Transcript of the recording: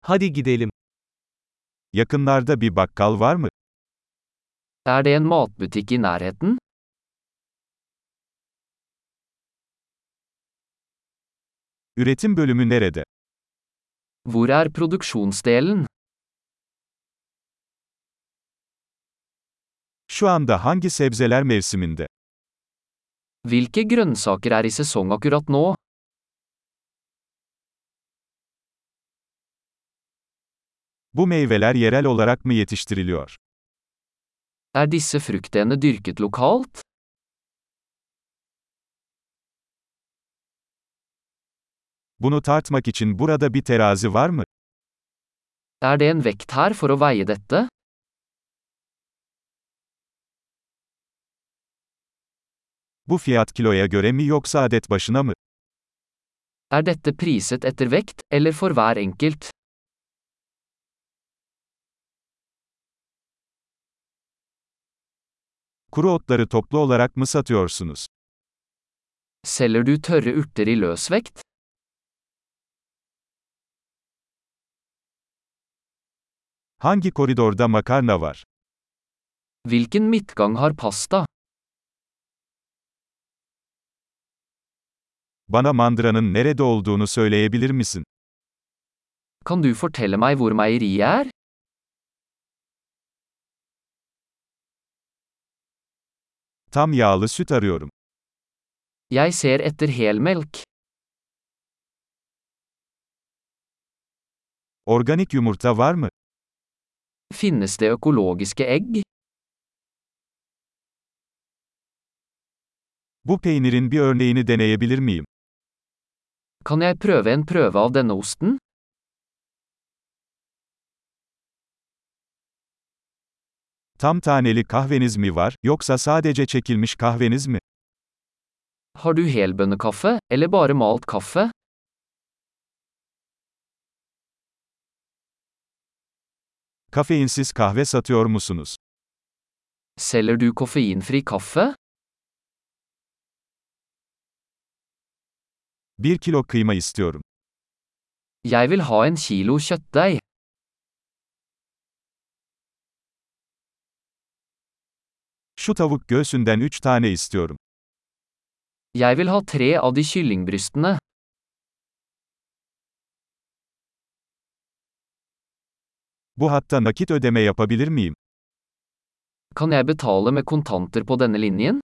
Hadi gidelim. Yakınlarda bir bakkal var mı? Er det en matbutikk i nærheten? Üretim bölümü nerede? Hvor er produksjonsdelen? Şu anda hangi sebzeler mevsiminde? Hvilke grønnsaker er i sesong akkurat nå? Bu meyveler yerel olarak mı yetiştiriliyor? Er disse fruktene dyrket lokalt? Bunu tartmak için burada bir terazi var mı? Er det en vekt her for å veie dette? Bu fiyat kiloya göre mi yoksa adet başına mı? Er dette priset etter vekt, eller for hver enkelt? Kuru otları toplu olarak mı satıyorsunuz? Selger du tørre urter i løsvekt? Hangi koridorda makarna var? Hvilken midtgang har pasta? Bana mandıranın nerede olduğunu söyleyebilir misin? Kan du fortelle meg hvor meieriet er? Tam yağlı süt arıyorum. Jeg ser etter helmelk. Organik yumurta var mı? Finnes det økologiske egg? Bu peynirin bir örneğini deneyebilir miyim? Kan jeg prøve en prøve av denne osten? Tam taneli kahveniz mi var, yoksa sadece çekilmiş kahveniz mi? Har du helbønnekaffe, eller bare malt kaffe? Kafeinsiz kahve satıyor musunuz? Selger du koffeinfri kaffe? 1 kilo kıyma istiyorum. Jeg vil ha en kilo kjøttdeig. Şu tavuk göğsünden 3 tane istiyorum. Jeg vil ha 3 av de kyllingbrystene. Bu hatta nakit ödeme yapabilir miyim? Kan jeg betale med kontanter på denne linjen?